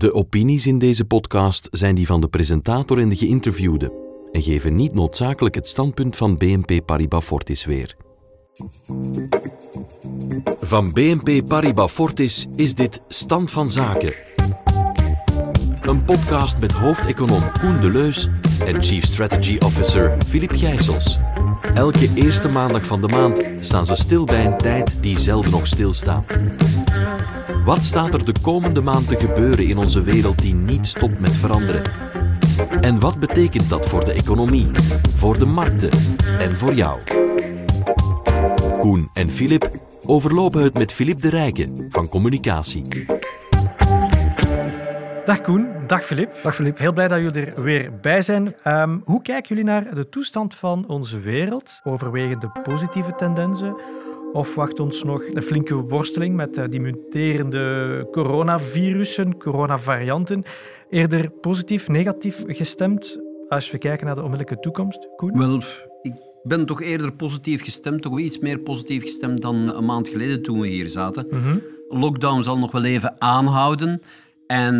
De opinies in deze podcast zijn die van de presentator en de geïnterviewde en geven niet noodzakelijk het standpunt van BNP Paribas Fortis weer. Van BNP Paribas Fortis is dit Stand van Zaken. Een podcast met hoofdeconoom Koen Deleus en Chief Strategy Officer Philippe Gijsels. Elke eerste maandag van de maand staan ze stil bij een tijd die zelden nog stilstaat. Wat staat er de komende maand te gebeuren in onze wereld die niet stopt met veranderen? En wat betekent dat voor de economie, voor de markten en voor jou? Koen en Philippe overlopen het met Philippe de Rijke van Communicatie. Dag Koen, dag Philippe. Dag Philippe. Heel blij dat jullie er weer bij zijn. Hoe kijken jullie naar de toestand van onze wereld? Overwegen de positieve tendensen? Of wacht ons nog een flinke worsteling met die muterende coronavirussen, coronavarianten? Eerder positief, negatief gestemd als we kijken naar de onmiddellijke toekomst? Koen? Wel, ik ben toch eerder positief gestemd, toch iets meer positief gestemd dan een maand geleden toen we hier zaten. Lockdown zal nog wel even aanhouden. En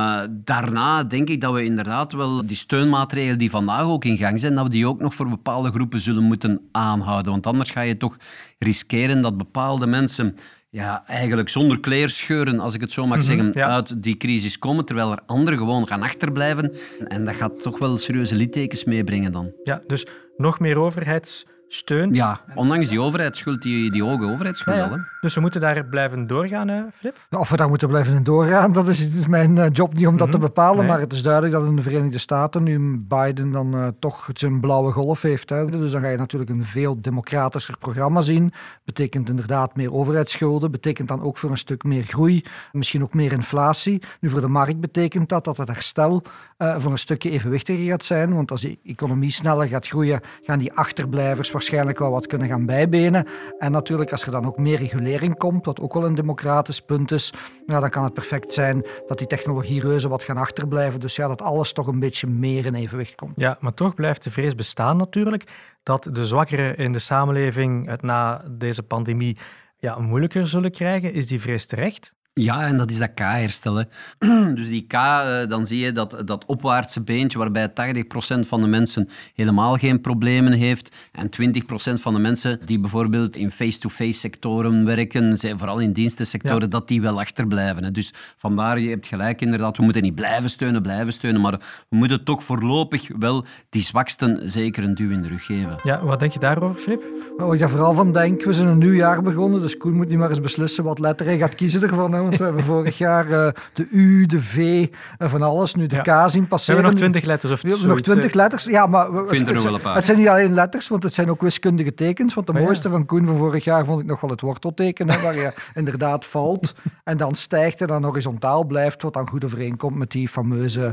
daarna denk ik dat we inderdaad wel die steunmaatregelen die vandaag ook in gang zijn, dat we die ook nog voor bepaalde groepen zullen moeten aanhouden. Want anders ga je toch riskeren dat bepaalde mensen eigenlijk zonder kleerscheuren, als ik het zo mag zeggen, uit die crisis komen, terwijl er anderen gewoon gaan achterblijven. En dat gaat toch wel serieuze littekens meebrengen dan. Ja, dus nog meer overheidssteun. Ja, ondanks die overheidsschuld, die hoge overheidsschuld al. Hè. Dus we moeten daar blijven doorgaan, Filip? Ja, of we daar moeten blijven doorgaan, dat is mijn job niet om dat te bepalen. Nee. Maar het is duidelijk dat in de Verenigde Staten nu Biden dan toch zijn blauwe golf heeft. Hè. Dus dan ga je natuurlijk een veel democratischer programma zien. Betekent inderdaad meer overheidsschulden. Betekent dan ook voor een stuk meer groei. Misschien ook meer inflatie. Nu voor de markt betekent dat het herstel voor een stukje evenwichtiger gaat zijn. Want als de economie sneller gaat groeien, gaan die achterblijvers waarschijnlijk wel wat kunnen gaan bijbenen. En natuurlijk als er dan ook meer regulering komt, wat ook wel een democratisch punt is, dan kan het perfect zijn dat die technologiereuzen wat gaan achterblijven. Dus dat alles toch een beetje meer in evenwicht komt. Ja, maar toch blijft de vrees bestaan natuurlijk dat de zwakkeren in de samenleving het na deze pandemie moeilijker zullen krijgen. Is die vrees terecht? Ja, en dat is dat K-herstel. Dus die K, dan zie je dat opwaartse beentje waarbij 80% van de mensen helemaal geen problemen heeft en 20% van de mensen die bijvoorbeeld in face-to-face sectoren werken, vooral in dienstensectoren, dat die wel achterblijven. Dus vandaar, je hebt gelijk inderdaad, we moeten niet blijven steunen, maar we moeten toch voorlopig wel die zwaksten zeker een duw in de rug geven. Ja, wat denk je daarover, Filip? Wat ik daar vooral van denk, we zijn een nieuw jaar begonnen, dus Koen moet niet maar eens beslissen wat letter hij gaat kiezen ervan. Want we hebben vorig jaar de U, de V, van alles. Nu de K zien passeren. We hebben nog 20 letters of zoiets. Nog 20 letters. Ja, maar het zijn niet alleen letters, want het zijn ook wiskundige tekens. Want de mooiste van Koen van vorig jaar vond ik nog wel het wortelteken, waar je inderdaad valt en dan stijgt en dan horizontaal blijft, wat dan goed overeenkomt met die fameuze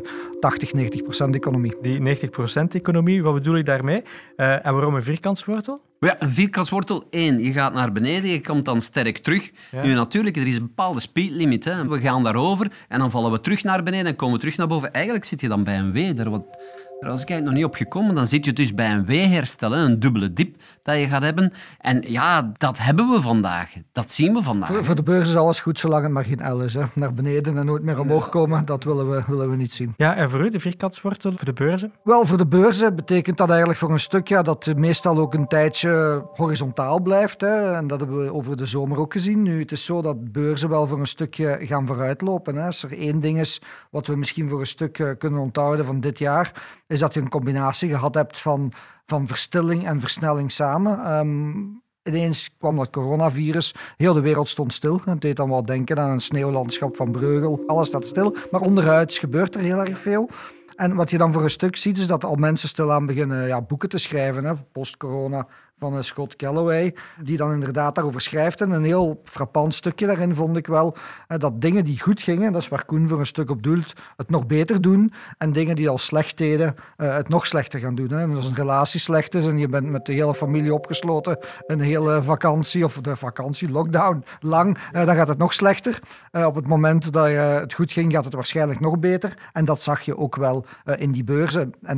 80-90% economie. Die 90% economie, wat bedoel je daarmee? En waarom een vierkantswortel? Ja, een vierkantswortel, 1. Je gaat naar beneden, je komt dan sterk terug. Ja. Nu natuurlijk, er is een bepaalde speedlimit. Hè. We gaan daarover en dan vallen we terug naar beneden en komen we terug naar boven. Eigenlijk zit je dan bij een W. Daar was ik eigenlijk nog niet op gekomen. Dan zit je dus bij een W-herstel, een dubbele dip dat je gaat hebben. En ja, dat hebben we vandaag. Dat zien we vandaag. Voor de beurs is alles goed, zolang het maar geen L is. Hè. Naar beneden en nooit meer omhoog komen, dat willen we niet zien. Ja, en voor u, de vierkantswortel voor de beurzen? Wel, voor de beurzen betekent dat eigenlijk voor een stuk dat het meestal ook een tijdje horizontaal blijft. Hè. En dat hebben we over de zomer ook gezien. Nu, het is zo dat beurzen wel voor een stukje gaan vooruitlopen. Hè. Als er één ding is wat we misschien voor een stuk kunnen onthouden van dit jaar, is dat je een combinatie gehad hebt van verstilling en versnelling samen. Ineens kwam dat coronavirus, heel de wereld stond stil. Het deed dan wel denken aan een sneeuwlandschap van Breugel. Alles staat stil, maar onderhuids gebeurt er heel erg veel. En wat je dan voor een stuk ziet, is dat al mensen stilaan beginnen boeken te schrijven, hè, post-corona, van Scott Galloway, die dan inderdaad daarover schrijft. En een heel frappant stukje daarin vond ik wel, dat dingen die goed gingen, dat is waar Koen voor een stuk op doelt, het nog beter doen. En dingen die al slecht deden, het nog slechter gaan doen. Hè. En als een relatie slecht is en je bent met de hele familie opgesloten, een hele vakantie, of de vakantie, lockdown, lang, dan gaat het nog slechter. Op het moment dat het goed ging, gaat het waarschijnlijk nog beter. En dat zag je ook wel in die beurzen. En dat is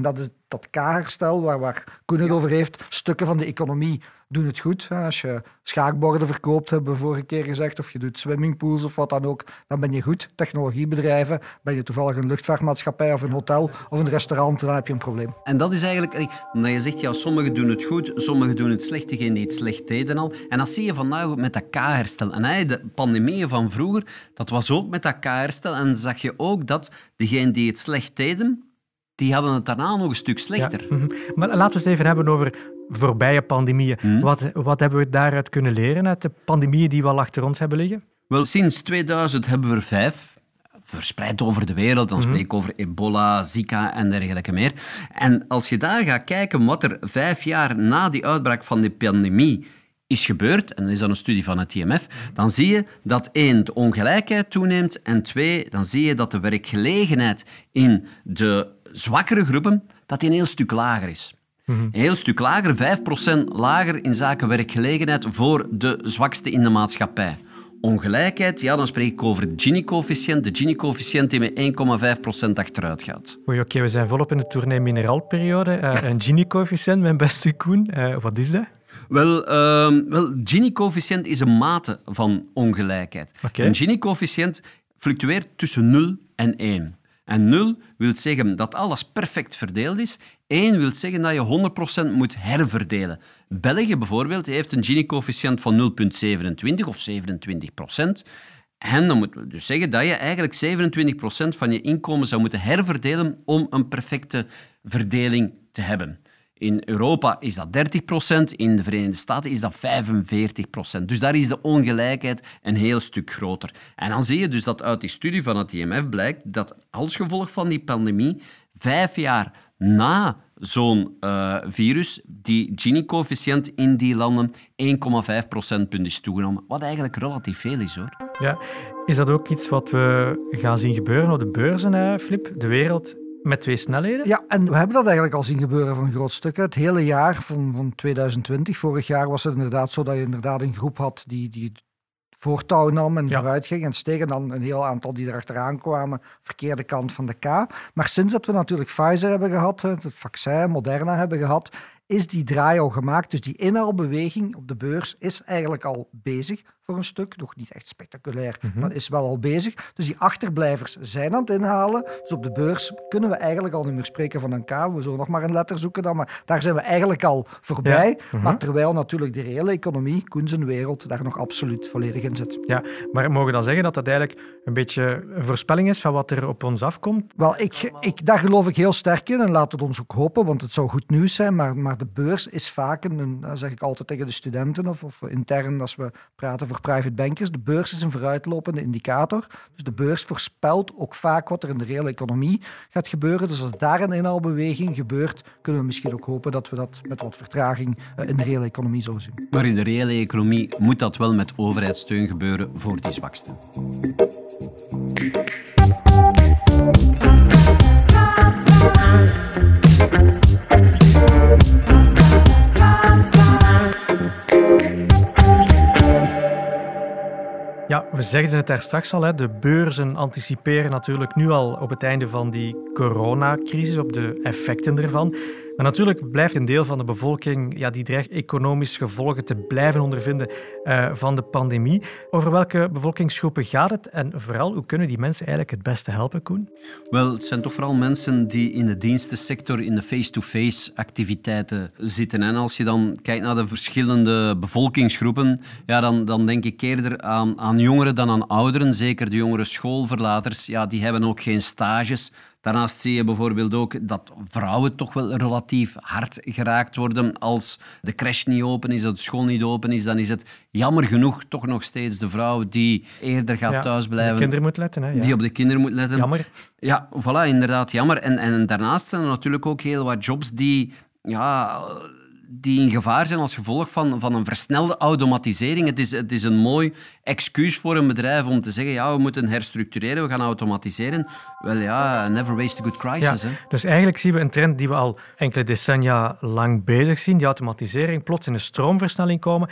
dat K-herstel, waar Koen het over heeft, stukken van de economie doen het goed. Als je schaakborden verkoopt, hebben we vorige keer gezegd, of je doet swimmingpools of wat dan ook, dan ben je goed. Technologiebedrijven, ben je toevallig een luchtvaartmaatschappij of een hotel of een restaurant, dan heb je een probleem. En dat is eigenlijk, omdat je zegt, ja, sommigen doen het goed, sommigen doen het slecht, degenen die het slecht deden al. En dat zie je vandaag ook met dat K-herstel. En de pandemieën van vroeger, dat was ook met dat K-herstel. En dan zag je ook dat degenen die het slecht deden, die hadden het daarna nog een stuk slechter. Ja. Maar laten we het even hebben over voorbije pandemieën. Wat hebben we daaruit kunnen leren uit de pandemieën die we al achter ons hebben liggen? Wel, sinds 2000 hebben we er 5, verspreid over de wereld. Dan spreek ik over ebola, Zika en dergelijke meer. En als je daar gaat kijken wat er 5 jaar na die uitbraak van die pandemie is gebeurd, en dat is dan een studie van het IMF, dan zie je dat 1, de ongelijkheid toeneemt en 2, dan zie je dat de werkgelegenheid in de zwakkere groepen, dat die een heel stuk lager is. Een heel stuk lager, 5% lager in zaken werkgelegenheid voor de zwakste in de maatschappij. Ongelijkheid, ja, dan spreek ik over de Gini-coëfficiënt. De Gini-coëfficiënt die met 1,5% achteruit gaat. Oké, we zijn volop in de tournee-mineraalperiode. Een Gini-coëfficiënt, mijn beste Koen. Wat is dat? Wel, Gini-coëfficiënt is een mate van ongelijkheid. Okay. Een Gini-coëfficiënt fluctueert tussen 0 en 1. En 0 wil zeggen dat alles perfect verdeeld is. 1 wil zeggen dat je 100% moet herverdelen. België bijvoorbeeld heeft een Gini-coëfficiënt van 0,27 of 27%. En dan moet dus zeggen dat je eigenlijk 27% van je inkomen zou moeten herverdelen om een perfecte verdeling te hebben. In Europa is dat 30%, in de Verenigde Staten is dat 45%. Dus daar is de ongelijkheid een heel stuk groter. En dan zie je dus dat uit die studie van het IMF blijkt dat als gevolg van die pandemie 5 jaar na zo'n virus die Gini-coëfficiënt in die landen 1,5 procentpunt is toegenomen. Wat eigenlijk relatief veel is, hoor. Ja, is dat ook iets wat we gaan zien gebeuren op de beurzen, Flip? De wereld met 2 snelheden? Ja, en we hebben dat eigenlijk al zien gebeuren voor een groot stuk. Het hele jaar van 2020, vorig jaar, was het inderdaad zo dat je inderdaad een groep had die voortouw nam en vooruit ging en steeg. En dan een heel aantal die erachteraan kwamen, verkeerde kant van de K. Maar sinds dat we natuurlijk Pfizer hebben gehad, het vaccin, Moderna hebben gehad, is die draai al gemaakt. Dus die inhaalbeweging op de beurs is eigenlijk al bezig voor een stuk. Nog niet echt spectaculair, maar is wel al bezig. Dus die achterblijvers zijn aan het inhalen. Dus op de beurs kunnen we eigenlijk al niet meer spreken van een K. We zullen nog maar een letter zoeken dan, maar daar zijn we eigenlijk al voorbij. Ja. Maar terwijl natuurlijk de reële economie, Koen zijn wereld, daar nog absoluut volledig in zit. Ja, maar mogen we dan zeggen dat dat eigenlijk een beetje een voorspelling is van wat er op ons afkomt? Wel, daar geloof ik heel sterk in en laat het ons ook hopen, want het zou goed nieuws zijn, maar de beurs is vaak, dat zeg ik altijd tegen de studenten of intern als we praten voor private bankers, de beurs is een vooruitlopende indicator. Dus de beurs voorspelt ook vaak wat er in de reële economie gaat gebeuren. Dus als daar een inhaalbeweging gebeurt, kunnen we misschien ook hopen dat we dat met wat vertraging in de reële economie zullen zien. Maar in de reële economie moet dat wel met overheidssteun gebeuren voor die zwaksten. Ja, we zeiden het daar straks al, de beurzen anticiperen natuurlijk nu al op het einde van die coronacrisis, op de effecten ervan. Maar natuurlijk blijft een deel van de bevolking die dreigt economisch gevolgen te blijven ondervinden van de pandemie. Over welke bevolkingsgroepen gaat het en vooral hoe kunnen die mensen eigenlijk het beste helpen, Koen? Wel, het zijn toch vooral mensen die in de dienstensector, in de face-to-face activiteiten zitten. En als je dan kijkt naar de verschillende bevolkingsgroepen, dan denk ik eerder aan jongeren dan aan ouderen. Zeker de jongere schoolverlaters, die hebben ook geen stages. Daarnaast zie je bijvoorbeeld ook dat vrouwen toch wel relatief hard geraakt worden. Als de crash niet open is, als de school niet open is, dan is het jammer genoeg toch nog steeds de vrouw die eerder gaat thuisblijven. Die op de kinderen moet letten. Hè? Ja. Die op de kinderen moet letten. Jammer. Ja, voilà, inderdaad, jammer. En daarnaast zijn er natuurlijk ook heel wat jobs die in gevaar zijn als gevolg van een versnelde automatisering. Het is een mooi excuus voor een bedrijf om te zeggen, ja, we moeten herstructureren, we gaan automatiseren. Wel ja, never waste a good crisis. Ja, hè. dus eigenlijk zien we een trend die we al enkele decennia lang bezig zien, die automatisering, plots in een stroomversnelling komen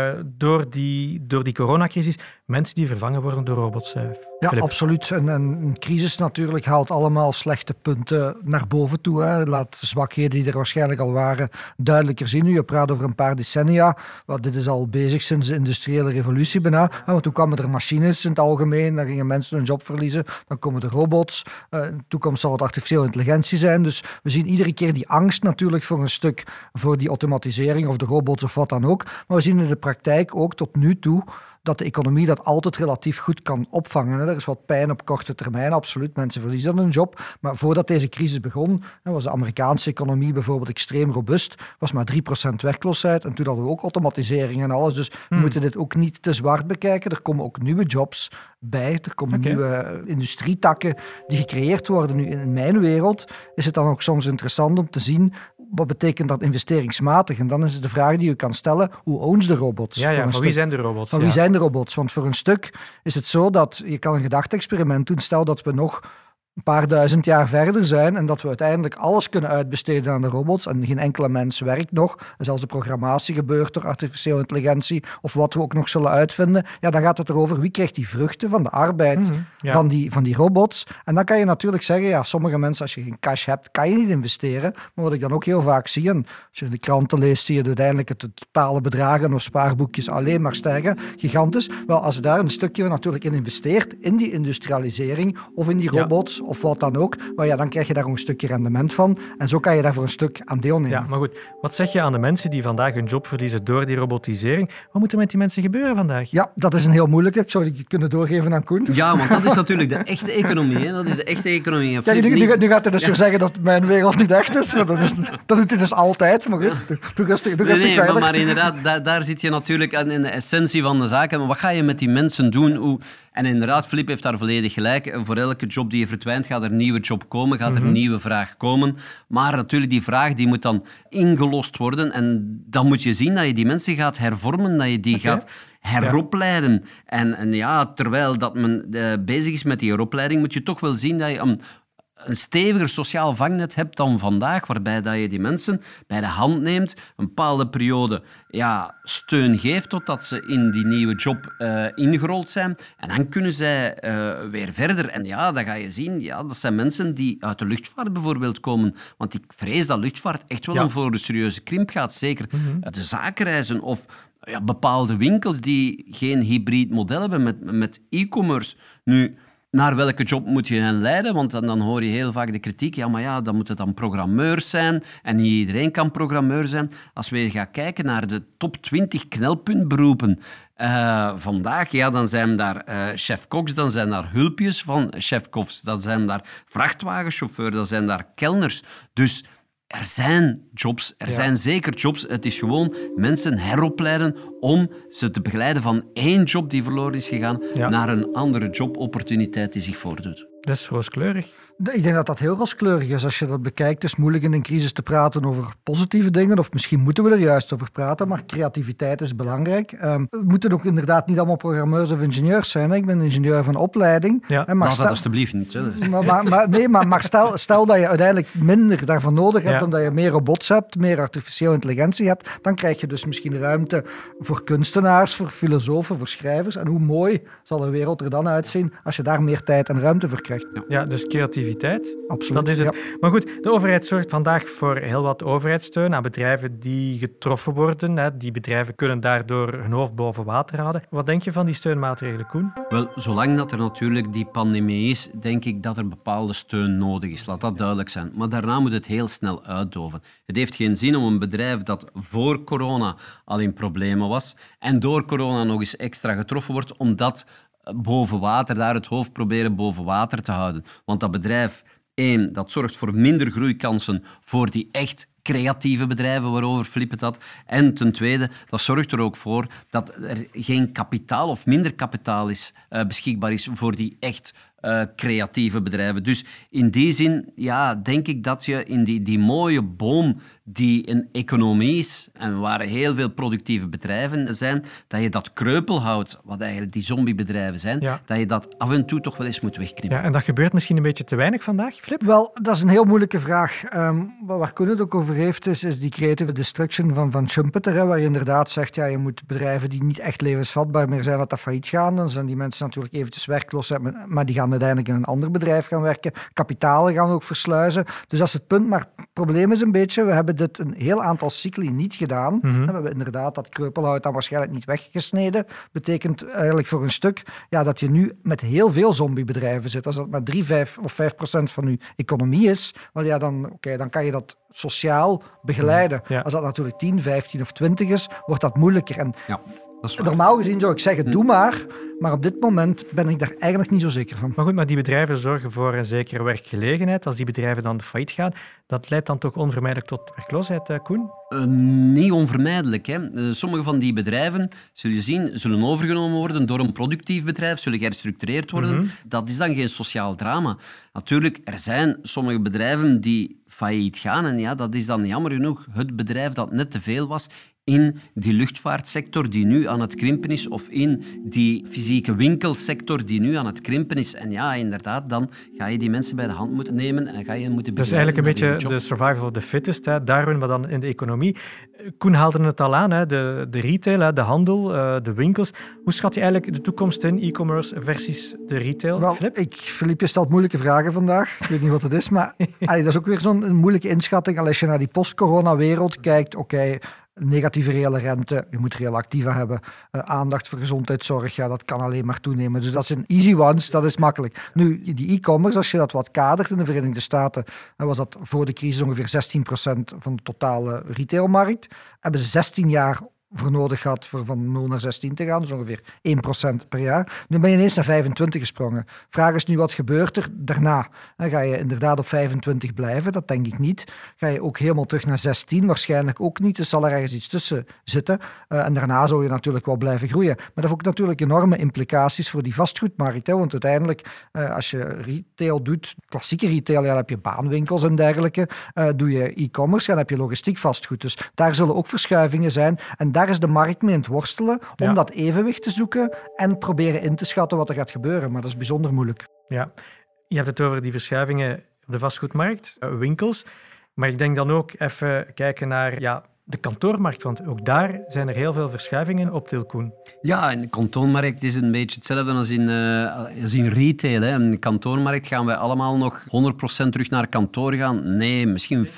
door die coronacrisis. Mensen die vervangen worden door robots. Ja, Philip. absoluut. En een crisis natuurlijk haalt allemaal slechte punten naar boven toe. Hè. Laat de zwakheden die er waarschijnlijk al waren duidelijker zien. Nu, je praat over een paar decennia. Well, dit is al bezig sinds de industriële revolutie bijna. Want toen kwamen er machines in het algemeen. Dan gingen mensen hun job verliezen. Dan komen de robots. In de toekomst zal het artificiële intelligentie zijn. Dus we zien iedere keer die angst natuurlijk voor een stuk voor die automatisering of de robots of wat dan ook. Maar we zien in de praktijk ook tot nu toe dat de economie dat altijd relatief goed kan opvangen. Er is wat pijn op korte termijn, absoluut. Mensen verliezen dan hun job. Maar voordat deze crisis begon, was de Amerikaanse economie bijvoorbeeld extreem robuust. Was maar 3% werkloosheid. En toen hadden we ook automatisering en alles. Dus we moeten dit ook niet te zwart bekijken. Er komen ook nieuwe jobs bij. Er komen nieuwe industrietakken die gecreëerd worden. Nu, in mijn wereld is het dan ook soms interessant om te zien wat betekent dat investeringsmatig. En dan is het de vraag die je kan stellen, hoe owns de robots? Ja, van wie zijn de robots? Van wie zijn de robots? Want voor een stuk is het zo dat je kan een gedachte-experiment doen. Stel dat we nog een paar duizend jaar verder zijn en dat we uiteindelijk alles kunnen uitbesteden aan de robots en geen enkele mens werkt nog. En zelfs de programmatie gebeurt door artificiële intelligentie of wat we ook nog zullen uitvinden. Ja, dan gaat het erover wie krijgt die vruchten van de arbeid van die robots. En dan kan je natuurlijk zeggen, ja, sommige mensen, als je geen cash hebt, kan je niet investeren. Maar wat ik dan ook heel vaak zie, en als je de kranten leest, zie je uiteindelijk het totale bedragen of spaarboekjes alleen maar stijgen. Gigantisch. Wel, als je daar een stukje natuurlijk in investeert, in die industrialisering of in die robots, of wat dan ook, maar ja, dan krijg je daar ook een stukje rendement van. En zo kan je daar voor een stuk aan deelnemen. Ja, maar goed, wat zeg je aan de mensen die vandaag hun job verliezen door die robotisering? Wat moet er met die mensen gebeuren vandaag? Ja, dat is een heel moeilijke. Ik zou die kunnen doorgeven aan Koen. Ja, want dat is natuurlijk de echte economie. Hè. Dat is de echte economie. Kijk, nu gaat hij dus weer zeggen dat mijn wereld niet echt is. Maar dat doet hij dus altijd. Maar goed, doe rustig verder. Maar inderdaad, daar zit je natuurlijk in de essentie van de zaak. Maar wat ga je met die mensen doen? En inderdaad, Philippe heeft daar volledig gelijk. Voor elke job die je verdwijnt, gaat er een nieuwe job komen, gaat er een nieuwe vraag komen. Maar natuurlijk, die vraag die moet dan ingelost worden. En dan moet je zien dat je die mensen gaat hervormen, dat je die gaat heropleiden. En ja, terwijl dat men bezig is met die heropleiding, moet je toch wel zien dat je een steviger sociaal vangnet hebt dan vandaag, waarbij dat je die mensen bij de hand neemt, een bepaalde periode steun geeft totdat ze in die nieuwe job ingerold zijn. En dan kunnen zij weer verder. En ja, dan ga je zien, dat zijn mensen die uit de luchtvaart bijvoorbeeld komen. Want ik vrees dat luchtvaart echt wel voor een serieuze krimp gaat. Zeker de zakenreizen of bepaalde winkels die geen hybrid model hebben met e-commerce. Nu, naar welke job moet je hen leiden? Want dan hoor je heel vaak de kritiek, dan moeten dan programmeurs zijn en niet iedereen kan programmeur zijn. Als we gaan kijken naar de top 20 knelpuntberoepen vandaag, dan zijn daar chef-koks, dan zijn daar hulpjes van chef-koks, dan zijn daar vrachtwagenchauffeurs, dan zijn daar kelners. Dus er zijn jobs, er zijn zeker jobs. Het is gewoon mensen heropleiden om ze te begeleiden van één job die verloren is gegaan naar een andere jobopportuniteit die zich voordoet. Dat is rooskleurig. Ik denk dat dat heel rooskleurig is. Als je dat bekijkt, het is moeilijk in een crisis te praten over positieve dingen, of misschien moeten we er juist over praten, maar creativiteit is belangrijk. We moeten ook inderdaad niet allemaal programmeurs of ingenieurs zijn. Ik ben ingenieur van opleiding. Ja, maar dat alsjeblieft niet. Maar stel dat je uiteindelijk minder daarvan nodig hebt, omdat je meer robots hebt, meer artificiële intelligentie hebt, dan krijg je dus misschien ruimte voor kunstenaars, voor filosofen, voor schrijvers. En hoe mooi zal de wereld er dan uitzien als je daar meer tijd en ruimte voor krijgt. Ja, dus creativiteit. Absoluut. Dat is het. Ja. Maar goed, de overheid zorgt vandaag voor heel wat overheidssteun aan bedrijven die getroffen worden. Die bedrijven kunnen daardoor hun hoofd boven water houden. Wat denk je van die steunmaatregelen, Koen? Wel, zolang dat er natuurlijk die pandemie is, denk ik dat er bepaalde steun nodig is. Laat dat duidelijk zijn. Maar daarna moet het heel snel uitdoven. Het heeft geen zin om een bedrijf dat voor corona al in problemen was en door corona nog eens extra getroffen wordt, omdat boven water, daar het hoofd proberen boven water te houden. Want dat bedrijf, dat zorgt voor minder groeikansen voor die echt creatieve bedrijven waarover Philippe het had. En ten tweede, dat zorgt er ook voor dat er geen kapitaal of minder kapitaal beschikbaar is voor die echt creatieve bedrijven. Dus in die zin denk ik dat je in die mooie boom die een economie is en waar heel veel productieve bedrijven zijn, dat je dat kreupel houdt, wat eigenlijk die zombiebedrijven zijn, dat je dat af en toe toch wel eens moet wegknippen. Ja, en dat gebeurt misschien een beetje te weinig vandaag, Flip? Wel, dat is een heel moeilijke vraag. Waar Koen het ook over heeft, is die creative destruction van Schumpeter, waar je inderdaad zegt, je moet bedrijven die niet echt levensvatbaar meer zijn, dat failliet gaan. Dan zijn die mensen natuurlijk eventjes werkloos, maar die gaan uiteindelijk in een ander bedrijf gaan werken. Kapitalen gaan ook versluizen. Dus dat is het punt. Maar het probleem is een beetje, we hebben dit een heel aantal cycli niet gedaan. We hebben inderdaad dat kreupelhout dan waarschijnlijk niet weggesneden. Betekent eigenlijk voor een stuk dat je nu met heel veel zombiebedrijven zit. Als dat maar 3, 5 of 5% van je economie is, dan kan je dat sociaal begeleiden. Ja. Als dat natuurlijk 10, 15 of 20 is, wordt dat moeilijker. En normaal gezien zou ik zeggen, doe maar op dit moment ben ik daar eigenlijk niet zo zeker van. Maar goed, maar die bedrijven zorgen voor een zekere werkgelegenheid. Als die bedrijven dan failliet gaan, dat leidt dan toch onvermijdelijk tot werkloosheid, Koen? Niet onvermijdelijk. Hè. Sommige van die bedrijven, zul je zien, zullen overgenomen worden door een productief bedrijf, zullen geherstructureerd worden. Dat is dan geen sociaal drama. Natuurlijk, er zijn sommige bedrijven die failliet gaan en dat is dan jammer genoeg het bedrijf dat net te veel was in die luchtvaartsector die nu aan het krimpen is of in die fysieke winkelsector die nu aan het krimpen is. En inderdaad, dan ga je die mensen bij de hand moeten nemen en ga je moeten begeleiden. Dat is eigenlijk een beetje de survival of the fittest, Darwin, maar dan in de economie. Koen haalde het al aan, de retail, de handel, de winkels. Hoe schat je eigenlijk de toekomst in e-commerce versus de retail, Flip? Filip, je stelt moeilijke vragen vandaag. Ik weet niet wat het is, maar dat is ook weer zo'n moeilijke inschatting. Als je naar die post-corona-wereld kijkt, negatieve reële rente, je moet reële activa hebben. Aandacht voor gezondheidszorg, dat kan alleen maar toenemen. Dus dat zijn easy ones, dat is makkelijk. Nu, die e-commerce, als je dat wat kadert in de Verenigde Staten, was dat voor de crisis ongeveer 16% van de totale retailmarkt. Hebben ze 16 jaar voor nodig gehad voor van 0 naar 16 te gaan, dus ongeveer 1% per jaar. Nu ben je ineens naar 25 gesprongen. Vraag is nu, wat gebeurt er daarna? Ga je inderdaad op 25 blijven? Dat denk ik niet. Ga je ook helemaal terug naar 16? Waarschijnlijk ook niet. Dus zal er ergens iets tussen zitten. En daarna zou je natuurlijk wel blijven groeien. Maar dat heeft ook natuurlijk enorme implicaties voor die vastgoedmarkt. Want uiteindelijk, als je retail doet, klassieke retail, dan heb je baanwinkels en dergelijke. Doe je e-commerce, dan heb je logistiek vastgoed. Dus daar zullen ook verschuivingen zijn. En daar is de markt mee aan het worstelen om dat evenwicht te zoeken en proberen in te schatten wat er gaat gebeuren. Maar dat is bijzonder moeilijk. Ja, je hebt het over die verschuivingen op de vastgoedmarkt, winkels. Maar ik denk dan ook even kijken naar de kantoormarkt, want ook daar zijn er heel veel verschuivingen op, Koen. Ja, en de kantoormarkt is een beetje hetzelfde als in retail. Hè. In de kantoormarkt gaan wij allemaal nog 100% terug naar kantoor gaan. Nee, misschien 50%.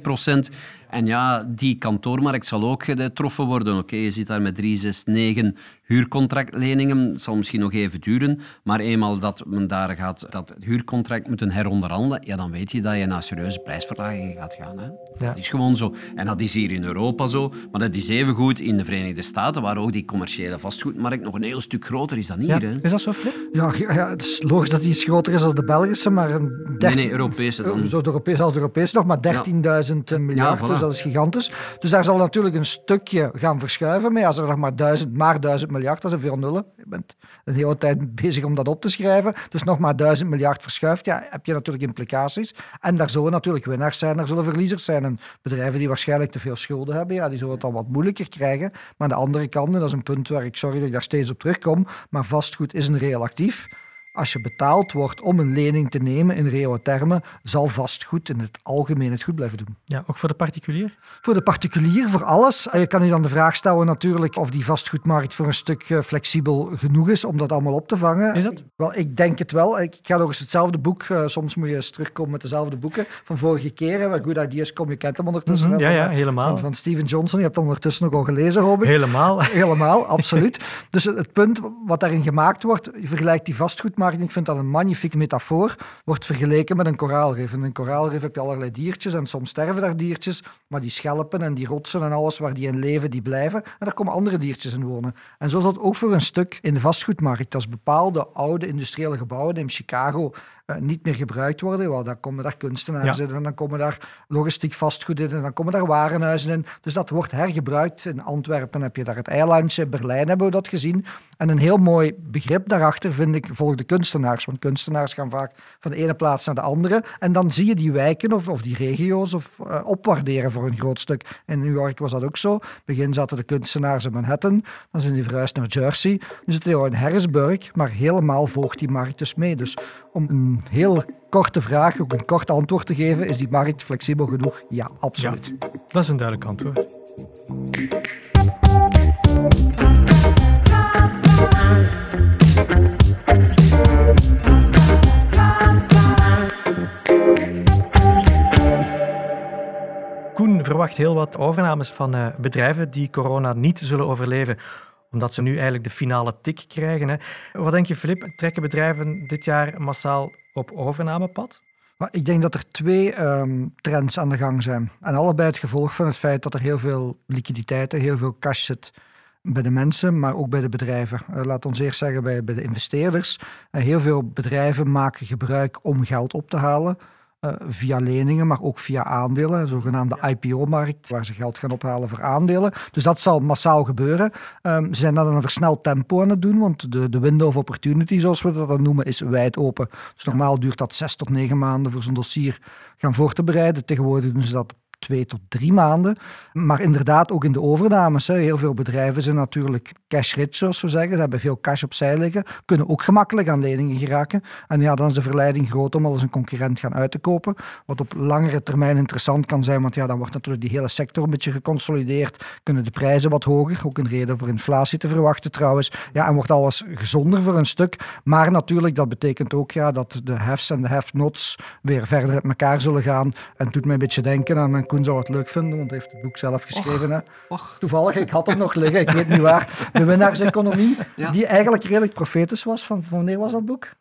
En die kantoormarkt zal ook getroffen worden. Oké, je zit daar met 3, 6, 9 huurcontractleningen. Het zal misschien nog even duren. Maar eenmaal dat men daar gaat dat huurcontract moeten heronderhandelen, dan weet je dat je naar serieuze prijsverlagingen gaat gaan. Hè. Ja. Dat is gewoon zo. En dat is hier in Europa zo. Maar dat is evengoed in de Verenigde Staten, waar ook die commerciële vastgoedmarkt nog een heel stuk groter is dan hier. Hè. Is dat zo, Flip? Ja, het is logisch dat die iets groter is dan de Belgische, maar... Nee, Europese dan. Zo de Europese nog, maar 13.000 miljard. Voilà. Dus dat is gigantisch. Dus daar zal natuurlijk een stukje gaan verschuiven. Maar als er nog maar 1000 miljard, dat is veel nullen. Je bent een hele tijd bezig om dat op te schrijven. Dus nog maar 1000 miljard verschuift, heb je natuurlijk implicaties. En daar zullen natuurlijk winnaars zijn, daar zullen verliezers zijn. En bedrijven die waarschijnlijk te veel schulden hebben, die zullen het dan wat moeilijker krijgen. Maar aan de andere kant, en dat is een punt waar sorry dat ik daar steeds op terugkom, maar vastgoed is een reëel actief. Als je betaald wordt om een lening te nemen in reële termen, zal vastgoed in het algemeen het goed blijven doen. Ja, ook voor de particulier? Voor de particulier, voor alles. Je kan je dan de vraag stellen natuurlijk of die vastgoedmarkt voor een stuk flexibel genoeg is om dat allemaal op te vangen. Is dat? Wel, ik denk het wel. Ik ga nog eens hetzelfde boek, soms moet je eens terugkomen met dezelfde boeken van vorige keer, waar Good Ideas Come, je kent hem ondertussen. Ja, helemaal. Van Steven Johnson, je hebt hem ondertussen nog al gelezen, hoop ik. Helemaal, absoluut. Dus het punt wat daarin gemaakt wordt, je vergelijkt die vastgoedmarkt, ik vind dat een magnifieke metafoor, wordt vergeleken met een koraalrif. In een koraalrif heb je allerlei diertjes en soms sterven daar diertjes, maar die schelpen en die rotsen en alles waar die in leven, die blijven. En daar komen andere diertjes in wonen. En zo is dat ook voor een stuk in de vastgoedmarkt. Als bepaalde oude industriële gebouwen in Chicago niet meer gebruikt worden. Well, dan komen daar kunstenaars in en dan komen daar logistiek vastgoed in en dan komen daar warenhuizen in. Dus dat wordt hergebruikt. In Antwerpen heb je daar het eilandje, in Berlijn hebben we dat gezien. En een heel mooi begrip daarachter vind ik volgens de kunstenaars. Want kunstenaars gaan vaak van de ene plaats naar de andere. En dan zie je die wijken of die regio's opwaarderen voor een groot stuk. In New York was dat ook zo. In het begin zaten de kunstenaars in Manhattan. Dan zijn die verhuisd naar Jersey. Nu zitten die in Harrisburg, maar helemaal volgt die markt dus mee. Dus om een heel korte vraag, ook een kort antwoord te geven, is die markt flexibel genoeg? Ja, absoluut. Ja, dat is een duidelijk antwoord. Koen verwacht heel wat overnames van bedrijven die corona niet zullen overleven, omdat ze nu eigenlijk de finale tik krijgen. Hè. Wat denk je, Filip? Trekken bedrijven dit jaar massaal op overnamepad? Maar ik denk dat er 2 trends aan de gang zijn. En allebei het gevolg van het feit dat er heel veel liquiditeit, heel veel cash zit bij de mensen, maar ook bij de bedrijven. Laat ons eerst zeggen bij de investeerders. Heel veel bedrijven maken gebruik om geld op te halen. Via leningen, maar ook via aandelen, de zogenaamde IPO-markt, waar ze geld gaan ophalen voor aandelen. Dus dat zal massaal gebeuren. Ze zijn dat in een versneld tempo aan het doen, want de window of opportunity, zoals we dat dan noemen, is wijd open. Dus normaal duurt dat 6 tot 9 maanden voor zo'n dossier gaan voor te bereiden. Tegenwoordig doen ze dat 2 tot 3 maanden. Maar inderdaad, ook in de overnames. Heel veel bedrijven zijn natuurlijk cash-rich, zoals we zeggen. Ze hebben veel cash opzij liggen. Kunnen ook gemakkelijk aan leningen geraken. En ja, dan is de verleiding groot om al eens een concurrent gaan uit te kopen. Wat op langere termijn interessant kan zijn, want ja, dan wordt natuurlijk die hele sector een beetje geconsolideerd. Kunnen de prijzen wat hoger. Ook een reden voor inflatie te verwachten trouwens. Ja, en wordt alles gezonder voor een stuk. Maar natuurlijk, dat betekent ook dat de haves en de have-nots weer verder uit elkaar zullen gaan. En het doet mij een beetje denken aan Koen zou het leuk vinden, want hij heeft het boek zelf geschreven. Toevallig, ik had het nog liggen, ik weet niet waar. De winnaarseconomie, die eigenlijk redelijk profetisch was. Van wanneer was dat boek?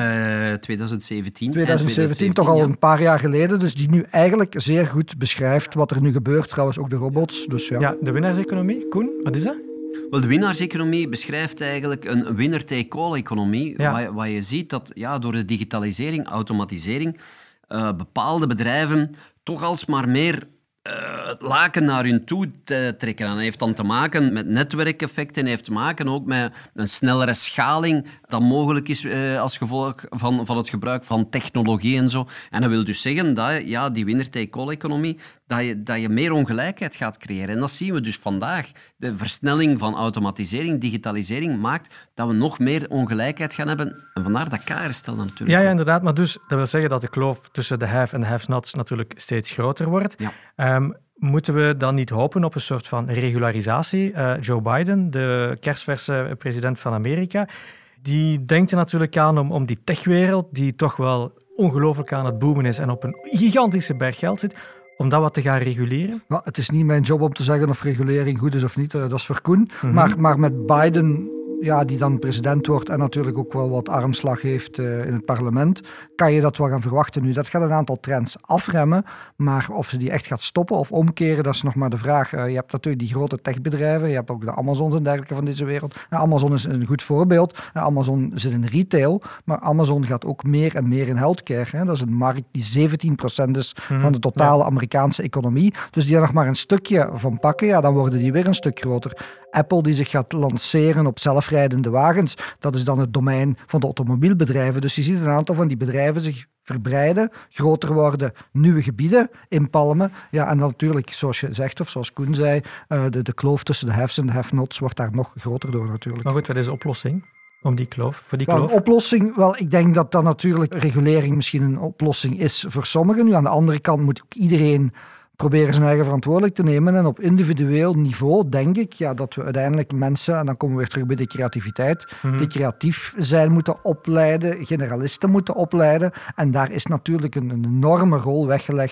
2017. 2017, toch al een paar jaar geleden. Dus die nu eigenlijk zeer goed beschrijft wat er nu gebeurt. Trouwens ook de robots. Dus ja, de winnaarseconomie. Koen, wat is dat? Wel, de winnaarseconomie beschrijft eigenlijk een winner-take-all-economie. Ja. Waar je ziet dat door de digitalisering, automatisering, bepaalde bedrijven toch alsmaar meer het laken naar hun toe te trekken. En dat heeft dan te maken met netwerkeffecten, heeft te maken ook met een snellere schaling dan mogelijk is als gevolg van het gebruik van technologie en zo. En dat wil dus zeggen dat die winner-take-all-economie, dat je meer ongelijkheid gaat creëren. En dat zien we dus vandaag. De versnelling van automatisering, digitalisering maakt dat we nog meer ongelijkheid gaan hebben. En vandaar dat KR-stel natuurlijk. Ja, inderdaad. Maar dus, dat wil zeggen dat de kloof tussen de have en de have-nots natuurlijk steeds groter wordt. Ja. Moeten we dan niet hopen op een soort van regularisatie? Joe Biden, de kersverse president van Amerika, die denkt er natuurlijk aan om die techwereld, die toch wel ongelooflijk aan het boomen is en op een gigantische berg geld zit, om dat wat te gaan reguleren? Nou, het is niet mijn job om te zeggen of regulering goed is of niet. Dat is voor Koen. Mm-hmm. Maar met Biden, die dan president wordt en natuurlijk ook wel wat armslag heeft in het parlement, kan je dat wel gaan verwachten. Nu, dat gaat een aantal trends afremmen, maar of ze die echt gaat stoppen of omkeren, dat is nog maar de vraag. Je hebt natuurlijk die grote techbedrijven, je hebt ook de Amazons en dergelijke van deze wereld. Amazon is een goed voorbeeld. Amazon zit in retail, maar Amazon gaat ook meer en meer in healthcare. Dat is een markt die 17% is van de totale Amerikaanse economie. Dus die er nog maar een stukje van pakken, dan worden die weer een stuk groter. Apple die zich gaat lanceren op zelfrijdende wagens, dat is dan het domein van de automobielbedrijven. Dus je ziet een aantal van die bedrijven zich verbreiden, groter worden, nieuwe gebieden inpalmen. Ja, en dan natuurlijk, zoals je zegt, of zoals Koen zei, de kloof tussen de haves en de have-nots wordt daar nog groter door natuurlijk. Maar goed, wat is de oplossing voor die kloof? Een oplossing, ik denk dat dan natuurlijk regulering misschien een oplossing is voor sommigen. Nu, aan de andere kant moet ook iedereen proberen zijn eigen verantwoordelijk te nemen. En op individueel niveau denk ik dat we uiteindelijk mensen, en dan komen we weer terug bij de creativiteit, die creatief zijn moeten opleiden, generalisten moeten opleiden. En daar is natuurlijk een enorme rol weggelegd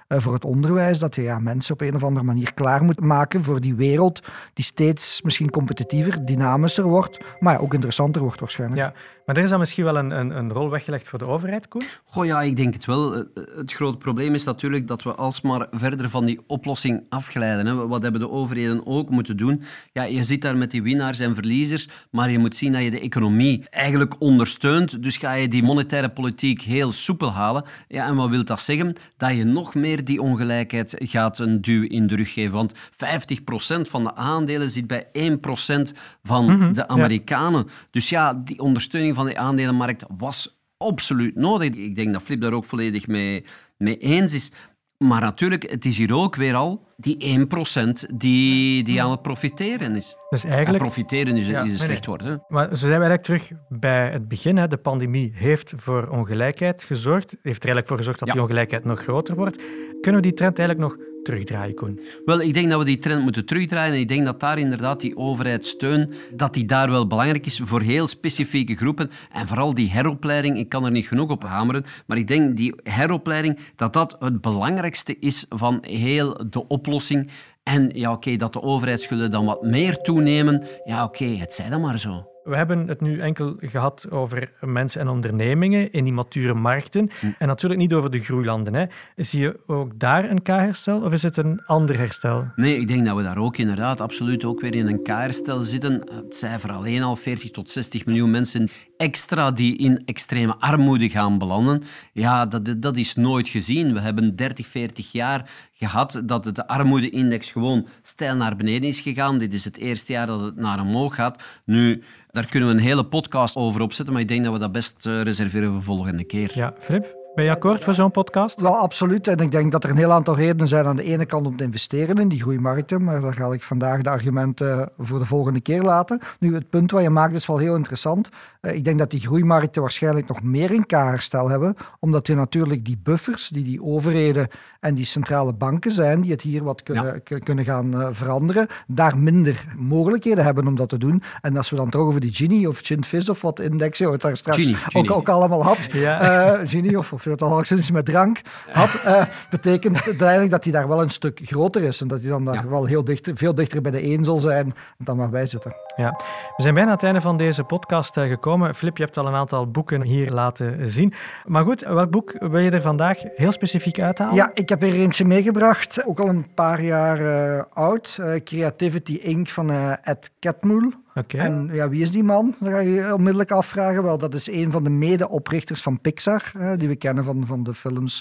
voor het onderwijs, dat je mensen op een of andere manier klaar moet maken voor die wereld die steeds misschien competitiever, dynamischer wordt, maar ook interessanter wordt waarschijnlijk. Ja, maar er is dan misschien wel een rol weggelegd voor de overheid, Koen? Goh ja, ik denk het wel. Het grote probleem is natuurlijk dat we alsmaar verder van die oplossing afglijden. Hè. Wat hebben de overheden ook moeten doen? Ja, je zit daar met die winnaars en verliezers, maar je moet zien dat je de economie eigenlijk ondersteunt. Dus ga je die monetaire politiek heel soepel halen. Ja, en wat wil dat zeggen? Dat je nog meer die ongelijkheid gaat een duw in de rug geven. Want 50% van de aandelen zit bij 1% van de Amerikanen. Ja. Dus ja, die ondersteuning van die aandelenmarkt was absoluut nodig. Ik denk dat Flip daar ook volledig mee eens is. Maar natuurlijk, het is hier ook weer al die 1% die aan het profiteren is. Dus eigenlijk... En profiteren is een slecht woord. Hè? Maar zo zijn we eigenlijk terug bij het begin. Hè. De pandemie heeft voor ongelijkheid gezorgd. Heeft er eigenlijk voor gezorgd dat die ongelijkheid nog groter wordt. Kunnen we die trend eigenlijk nog terugdraaien, Koen? Wel, ik denk dat we die trend moeten terugdraaien. En ik denk dat daar inderdaad die overheidssteun, dat die daar wel belangrijk is voor heel specifieke groepen. En vooral die heropleiding, ik kan er niet genoeg op hameren, maar ik denk die heropleiding, dat het belangrijkste is van heel de oplossing. En ja, oké, dat de overheidsschulden dan wat meer toenemen. Ja, oké, het zij dan maar zo. We hebben het nu enkel gehad over mensen en ondernemingen in die mature markten en natuurlijk niet over de groeilanden. Hè. Zie je ook daar een K-herstel of is het een ander herstel? Nee, ik denk dat we daar ook inderdaad absoluut ook weer in een K-herstel zitten. Het zijn voor alleen al 40 tot 60 miljoen mensen extra die in extreme armoede gaan belanden. Ja, dat is nooit gezien. We hebben 30, 40 jaar gehad dat de armoedeindex gewoon steil naar beneden is gegaan. Dit is het eerste jaar dat het naar omhoog gaat. Nu, daar kunnen we een hele podcast over opzetten, maar ik denk dat we dat best reserveren voor de volgende keer. Ja, Filip? Ben je akkoord voor zo'n podcast? Wel, absoluut. En ik denk dat er een heel aantal redenen zijn aan de ene kant om te investeren in die groeimarkten, maar daar ga ik vandaag de argumenten voor de volgende keer laten. Nu, het punt wat je maakt is wel heel interessant. Ik denk dat die groeimarkten waarschijnlijk nog meer in K-herstel hebben, omdat je natuurlijk die buffers, die overheden en die centrale banken zijn, die het hier wat kunnen gaan veranderen, daar minder mogelijkheden hebben om dat te doen. En als we dan toch over die Gini of Ginfizz of wat index, het daar straks Gini. Ook allemaal had, Gini of het al sinds met drank had, betekent uiteindelijk dat hij daar wel een stuk groter is en dat hij dan daar wel veel dichter bij de 1 zal zijn dan waar wij zitten. Ja. We zijn bijna aan het einde van deze podcast gekomen. Flip, je hebt al een aantal boeken hier laten zien. Maar goed, welk boek wil je er vandaag heel specifiek uithalen? Ja, ik heb er eentje meegebracht, ook al een paar jaar oud. Creativity Inc. van Ed Catmull. Okay. En ja, wie is die man? Dan ga je je onmiddellijk afvragen. Wel, dat is een van de mede-oprichters van Pixar, die we kennen van de films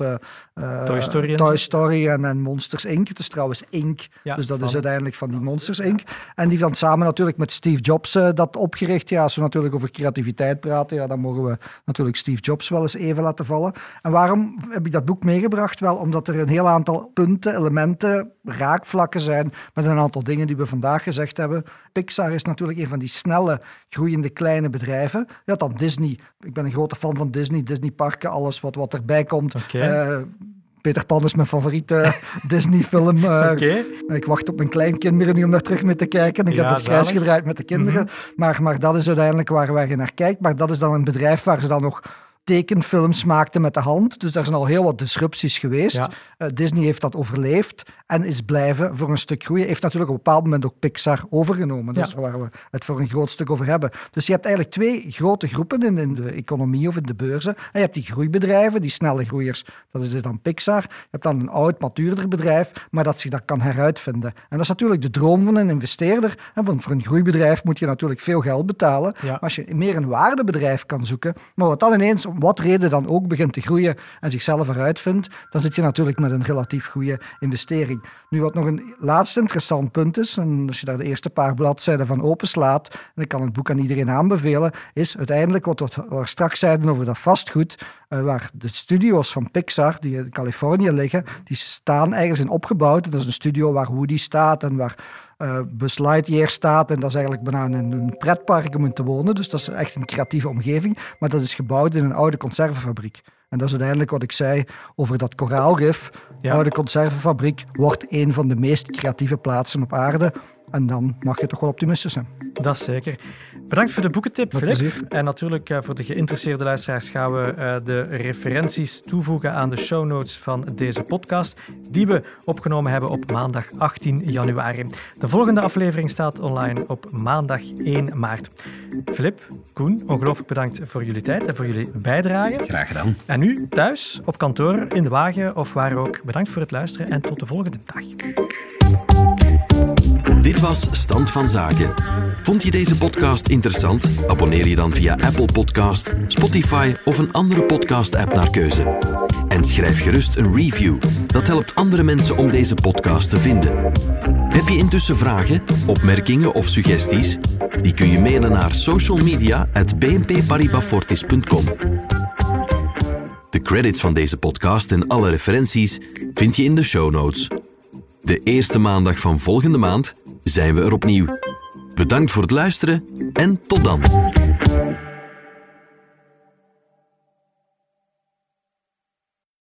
Toy Story en Monsters Inc. Het is trouwens Inc. Ja, dus dat is uiteindelijk van die Monsters Inc. En die heeft dan samen natuurlijk met Steve Jobs dat opgericht. Ja, als we natuurlijk over creativiteit praten, ja, dan mogen we natuurlijk Steve Jobs wel eens even laten vallen. En waarom heb ik dat boek meegebracht? Wel, omdat er een heel aantal punten, elementen, raakvlakken zijn met een aantal dingen die we vandaag gezegd hebben. Pixar is natuurlijk een van die snelle, groeiende kleine bedrijven. Ja, dan Disney. Ik ben een grote fan van Disney. Disneyparken, alles wat erbij komt. Okay. Peter Pan is mijn favoriete Disney-film. Okay. Ik wacht op mijn kleinkinderen nu om daar terug mee te kijken. Ik heb het grijs gedraaid met de kinderen. Maar dat is uiteindelijk waar je naar kijkt. Maar dat is dan een bedrijf waar ze dan nog tekenfilms maakte met de hand. Dus daar zijn al heel wat disrupties geweest. Ja. Disney heeft dat overleefd en is blijven voor een stuk groeien. Heeft natuurlijk op een bepaald moment ook Pixar overgenomen. Dat is waar we het voor een groot stuk over hebben. Dus je hebt eigenlijk 2 grote groepen in de economie of in de beurzen. En je hebt die groeibedrijven, die snelle groeiers. Dat is dus dan Pixar. Je hebt dan een oud, matuurder bedrijf, maar dat zich dat kan heruitvinden. En dat is natuurlijk de droom van een investeerder. En voor een groeibedrijf moet je natuurlijk veel geld betalen. Ja. Maar als je meer een waardebedrijf kan zoeken, maar wat dan ineens om wat reden dan ook begint te groeien en zichzelf eruit vindt, dan zit je natuurlijk met een relatief goede investering. Nu, wat nog een laatste interessant punt is, en als je daar de eerste paar bladzijden van openslaat, en ik kan het boek aan iedereen aanbevelen, is uiteindelijk wat we straks zeiden over dat vastgoed, waar de studio's van Pixar, die in Californië liggen, die staan ergens in opgebouwd. Dat is een studio waar Woody staat en waar Buzz Lightyear staat. En dat is eigenlijk bijna een pretpark om in te wonen. Dus dat is echt een creatieve omgeving. Maar dat is gebouwd in een oude conservenfabriek. En dat is uiteindelijk wat ik zei over dat koraalrif. De oude conservenfabriek wordt een van de meest creatieve plaatsen op aarde. En dan mag je toch wel optimistisch zijn. Dat is zeker. Bedankt voor de boekentip, Met Filip. plezier. En natuurlijk voor de geïnteresseerde luisteraars gaan we de referenties toevoegen aan de show notes van deze podcast, die we opgenomen hebben op maandag 18 januari. De volgende aflevering staat online op maandag 1 maart. Filip, Koen, ongelooflijk bedankt voor jullie tijd en voor jullie bijdrage. Graag gedaan. En u thuis, op kantoor, in de wagen of waar ook, bedankt voor het luisteren en tot de volgende dag. Dit was Stand van Zaken. Vond je deze podcast interessant? Abonneer je dan via Apple Podcast, Spotify of een andere podcast-app naar keuze. En schrijf gerust een review. Dat helpt andere mensen om deze podcast te vinden. Heb je intussen vragen, opmerkingen of suggesties? Die kun je mailen naar socialmedia@bnpparibafortis.com. De credits van deze podcast en alle referenties vind je in de show notes. De eerste maandag van volgende maand zijn we er opnieuw. Bedankt voor het luisteren en tot dan.